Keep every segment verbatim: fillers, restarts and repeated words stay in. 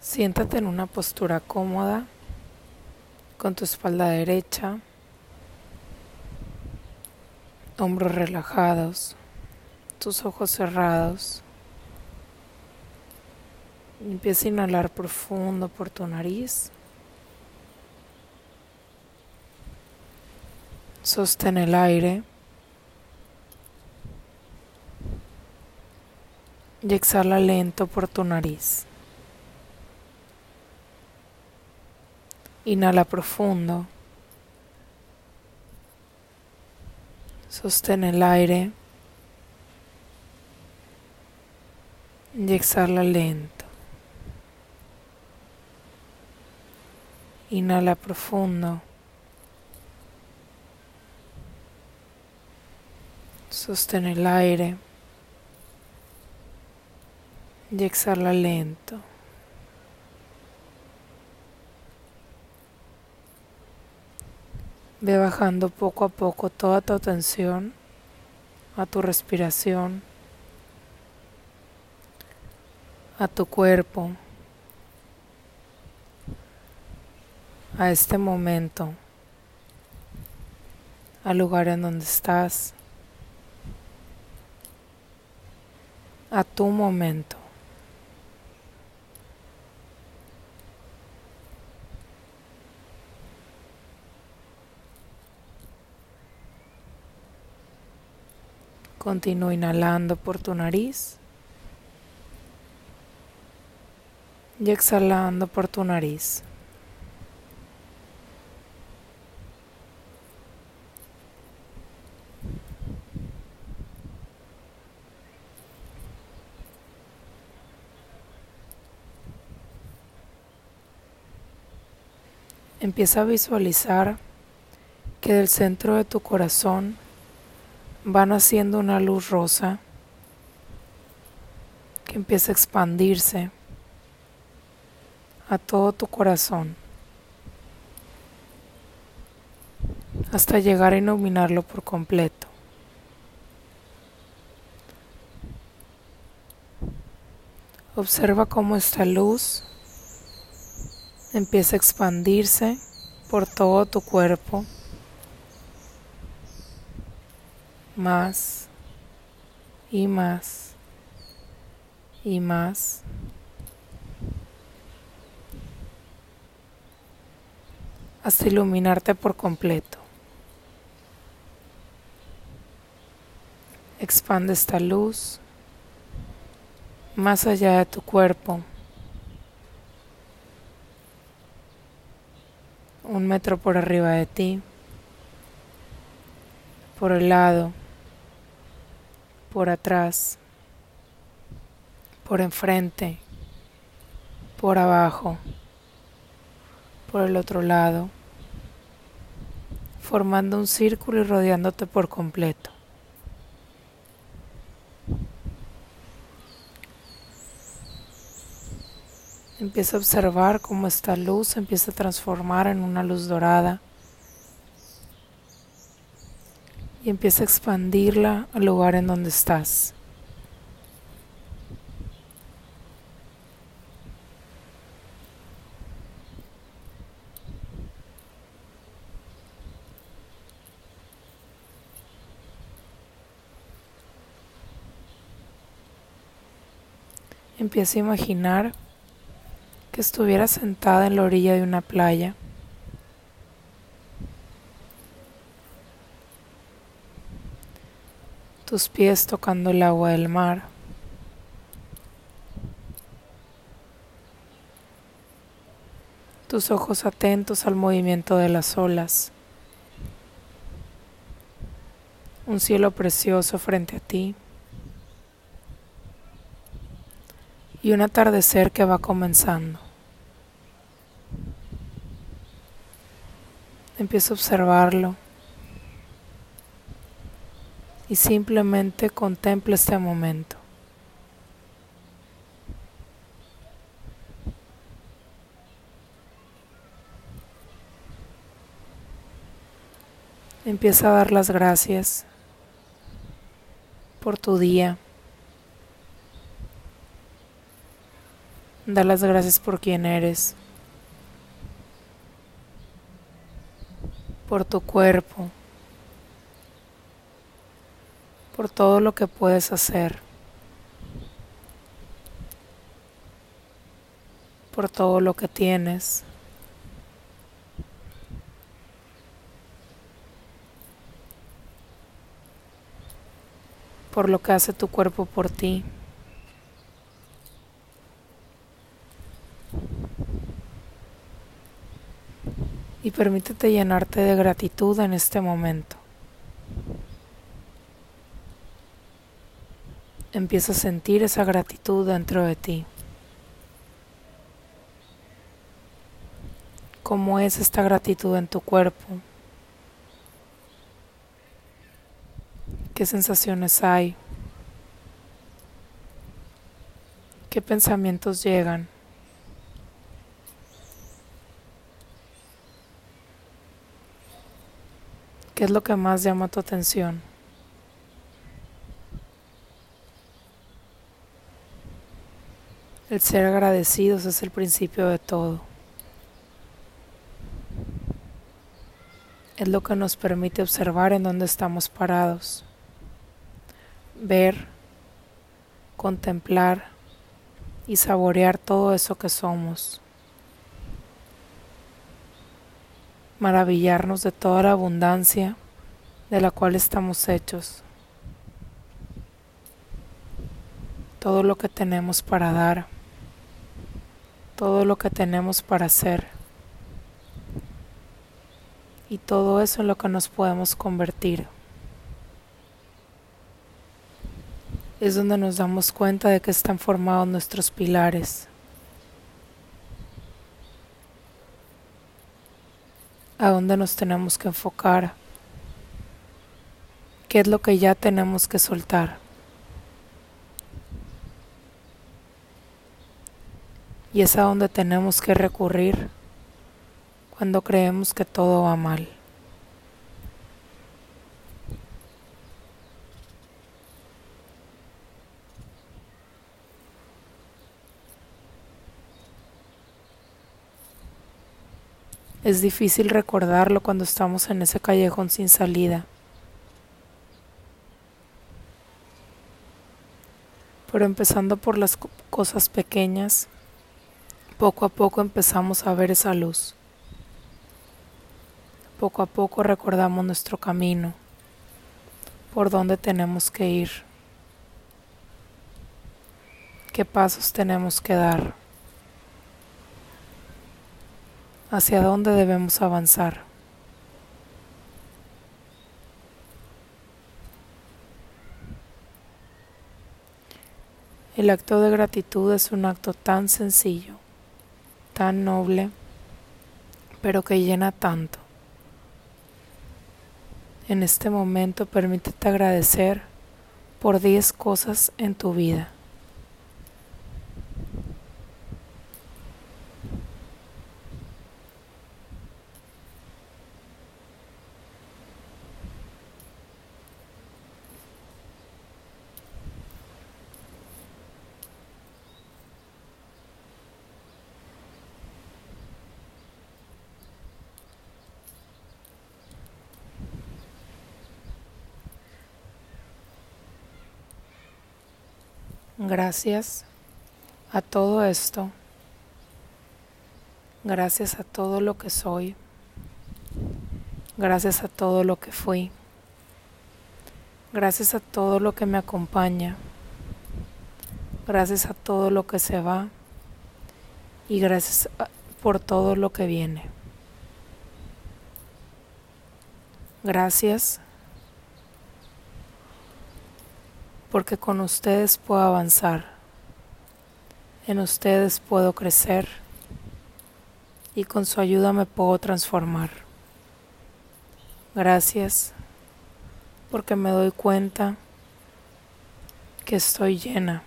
Siéntate en una postura cómoda, con tu espalda derecha, hombros relajados, tus ojos cerrados. Empieza a inhalar profundo por tu nariz. Sostén el aire y exhala lento por tu nariz. Inhala profundo. Sostén el aire y exhala lento. Inhala profundo. Sostén el aire y exhala lento. Ve bajando poco a poco toda tu atención a tu respiración, a tu cuerpo, a este momento, al lugar en donde estás, a tu momento. Continúa inhalando por tu nariz y exhalando por tu nariz. Empieza a visualizar que del centro de tu corazón va naciendo una luz rosa que empieza a expandirse a todo tu corazón hasta llegar a iluminarlo por completo. Observa cómo esta luz empieza a expandirse por todo tu cuerpo, más y más y más, hasta iluminarte por completo. Expande esta luz más allá de tu cuerpo, un metro por arriba de ti, por el lado, por atrás, por enfrente, por abajo, por el otro lado, formando un círculo y rodeándote por completo. Empieza a observar cómo esta luz se empieza a transformar en una luz dorada y empieza a expandirla al lugar en donde estás. Empieza a imaginar que estuvieras sentada en la orilla de una playa. Tus pies tocando el agua del mar. Tus ojos atentos al movimiento de las olas. Un cielo precioso frente a ti. Y un atardecer que va comenzando. Empieza a observarlo y simplemente contempla este momento. Empieza a dar las gracias por tu día, Da las gracias por quien eres, por tu cuerpo, por todo lo que puedes hacer, por todo lo que tienes. Por lo que hace tu cuerpo por ti. Y permítete llenarte de gratitud en este momento. Empieza a sentir esa gratitud dentro de ti. ¿Cómo es esta gratitud en tu cuerpo? ¿Qué sensaciones hay? ¿Qué pensamientos llegan? ¿Qué es lo que más llama tu atención? El ser agradecidos es el principio de todo. Es lo que nos permite observar en dónde estamos parados, ver, contemplar y saborear todo eso que somos, maravillarnos de toda la abundancia de la cual estamos hechos, todo lo que tenemos para dar, todo lo que tenemos para hacer y todo eso en lo que nos podemos convertir. Es donde nos damos cuenta de que están formados nuestros pilares. A dónde nos tenemos que enfocar. ¿Qué es lo que ya tenemos que soltar? Y es a donde tenemos que recurrir cuando creemos que todo va mal. Es difícil recordarlo cuando estamos en ese callejón sin salida. Pero empezando por las cosas pequeñas, poco a poco empezamos a ver esa luz. Poco a poco recordamos nuestro camino, por dónde tenemos que ir, qué pasos tenemos que dar, hacia dónde debemos avanzar. El acto de gratitud es un acto tan sencillo, tan noble, pero que llena tanto. En este momento permítete agradecer por diez cosas en tu vida. Gracias a todo esto, gracias a todo lo que soy, gracias a todo lo que fui, gracias a todo lo que me acompaña, gracias a todo lo que se va y gracias por todo lo que viene. Gracias porque con ustedes puedo avanzar, en ustedes puedo crecer y con su ayuda me puedo transformar. Gracias porque me doy cuenta que estoy llena,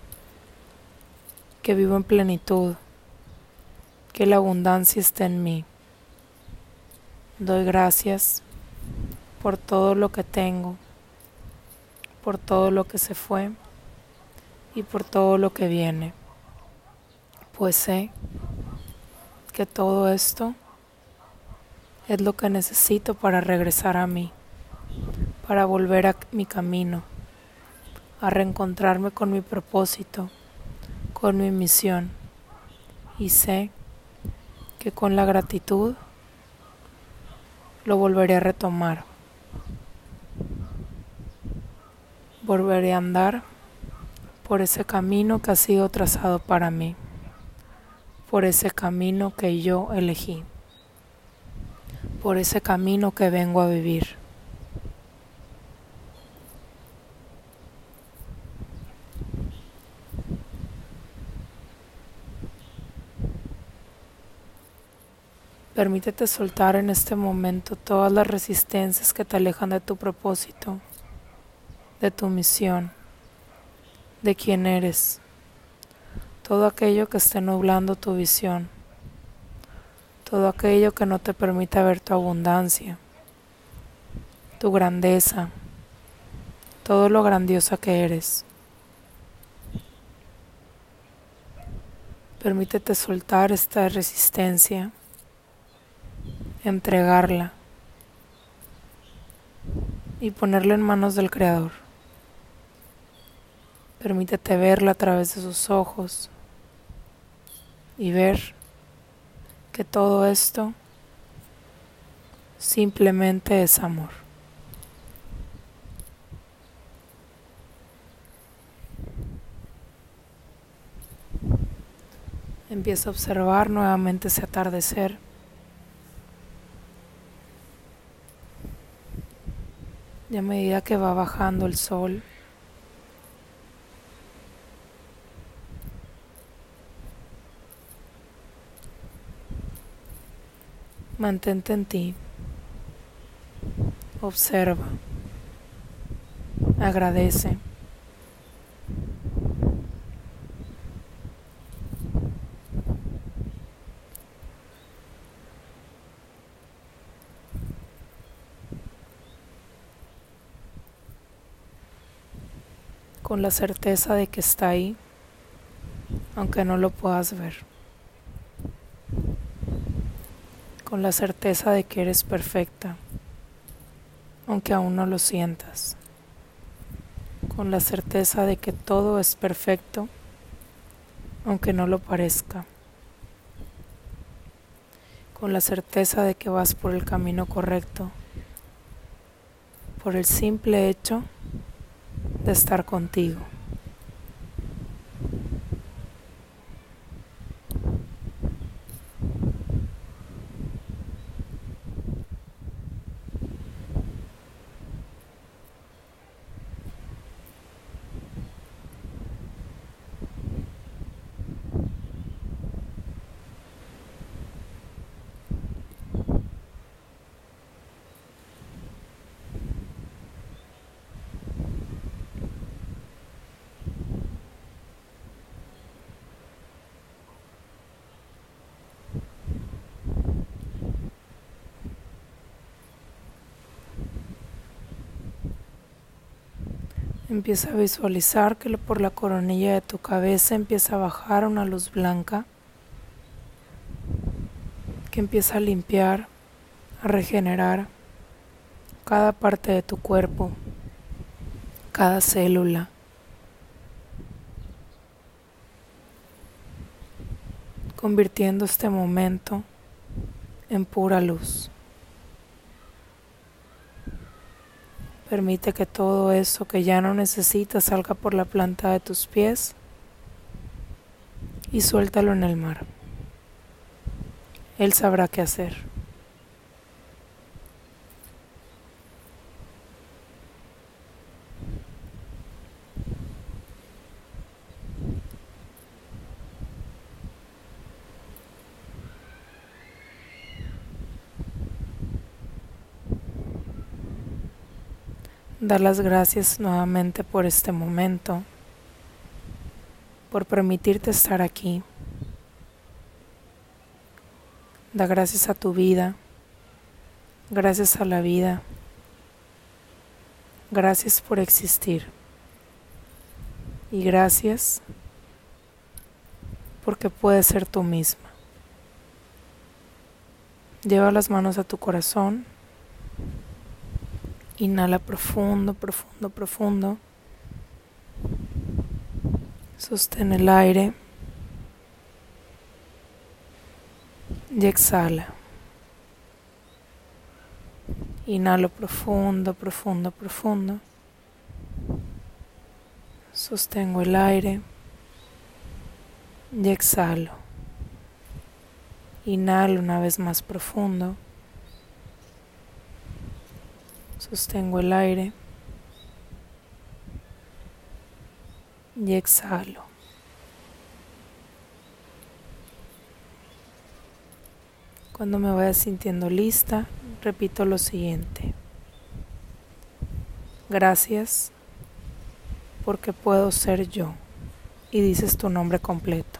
que vivo en plenitud, que la abundancia está en mí. Doy gracias por todo lo que tengo, por todo lo que se fue y por todo lo que viene, pues sé que todo esto es lo que necesito para regresar a mí, para volver a mi camino, a reencontrarme con mi propósito, con mi misión. Y sé que con la gratitud lo volveré a retomar. Volveré a andar por ese camino que ha sido trazado para mí, por ese camino que yo elegí, por ese camino que vengo a vivir. Permítete soltar en este momento todas las resistencias que te alejan de tu propósito, de tu misión, de quién eres, todo aquello que esté nublando tu visión, todo aquello que no te permita ver tu abundancia, tu grandeza, todo lo grandiosa que eres. Permítete soltar esta resistencia, entregarla y ponerla en manos del Creador. Permítete verla a través de sus ojos y ver que todo esto simplemente es amor. Empieza a observar nuevamente ese atardecer. Y a medida que va bajando el sol, mantente en ti, observa, agradece. Con la certeza de que está ahí, aunque no lo puedas ver. Con la certeza de que eres perfecta, aunque aún no lo sientas. Con la certeza de que todo es perfecto, aunque no lo parezca. Con la certeza de que vas por el camino correcto, por el simple hecho de estar contigo. Empieza a visualizar que por la coronilla de tu cabeza empieza a bajar una luz blanca que empieza a limpiar, a regenerar cada parte de tu cuerpo, cada célula. Convirtiendo este momento en pura luz. Permite que todo eso que ya no necesitas salga por la planta de tus pies y suéltalo en el mar. Él sabrá qué hacer. Dar las gracias nuevamente por este momento, por permitirte estar aquí. Da gracias a tu vida, gracias a la vida, gracias por existir y gracias porque puedes ser tú misma. Lleva las manos a tu corazón. Inhala profundo, profundo, profundo. Sostén el aire. Y exhala. Inhalo profundo, profundo, profundo. Sostengo el aire. Y exhalo. Inhalo una vez más profundo. Sostengo el aire. Y exhalo. Cuando me vaya sintiendo lista, repito lo siguiente. Gracias porque puedo ser yo. Y dices tu nombre completo.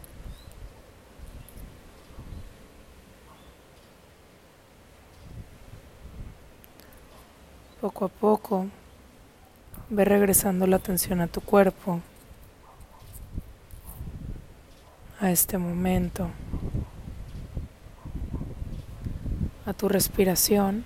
Poco a poco, ve regresando la atención a tu cuerpo, a este momento, a tu respiración.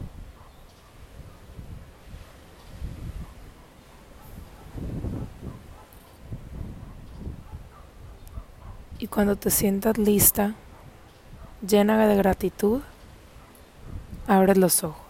Y cuando te sientas lista, llena de gratitud, abres los ojos.